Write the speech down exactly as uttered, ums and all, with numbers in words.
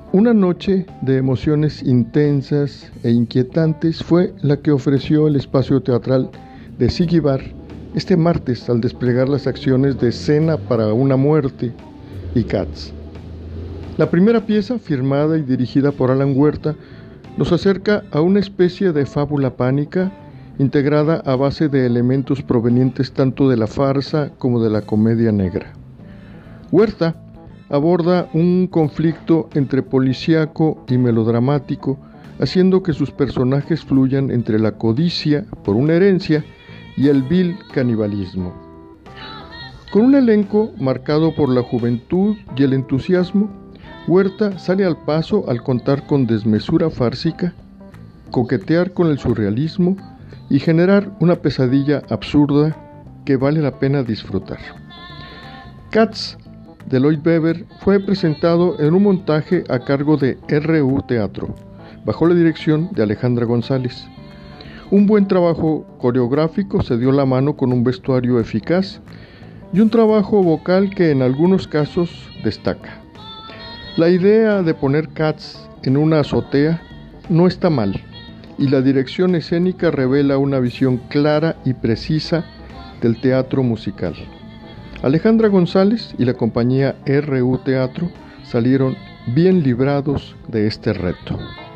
Una noche de emociones intensas e inquietantes fue la que ofreció el espacio teatral de Sigi Bar este martes al desplegar las acciones de Cena para una muerte y Cats. La primera pieza, firmada y dirigida por Alan Huerta, nos acerca a una especie de fábula pánica integrada a base de elementos provenientes tanto de la farsa como de la comedia negra. Huerta aborda un conflicto entre policíaco y melodramático, haciendo que sus personajes fluyan entre la codicia por una herencia y el vil canibalismo. Con un elenco marcado por la juventud y el entusiasmo, Huerta sale al paso al contar con desmesura fársica, coquetear con el surrealismo y generar una pesadilla absurda que vale la pena disfrutar. Cats, de Lloyd Webber, fue presentado en un montaje a cargo de R U Teatro, bajo la dirección de Alejandra González. Un buen trabajo coreográfico se dio la mano con un vestuario eficaz y un trabajo vocal que en algunos casos destaca. La idea de poner Cats en una azotea no está mal, y la dirección escénica revela una visión clara y precisa del teatro musical. Alejandra González y la compañía R U Teatro salieron bien librados de este reto.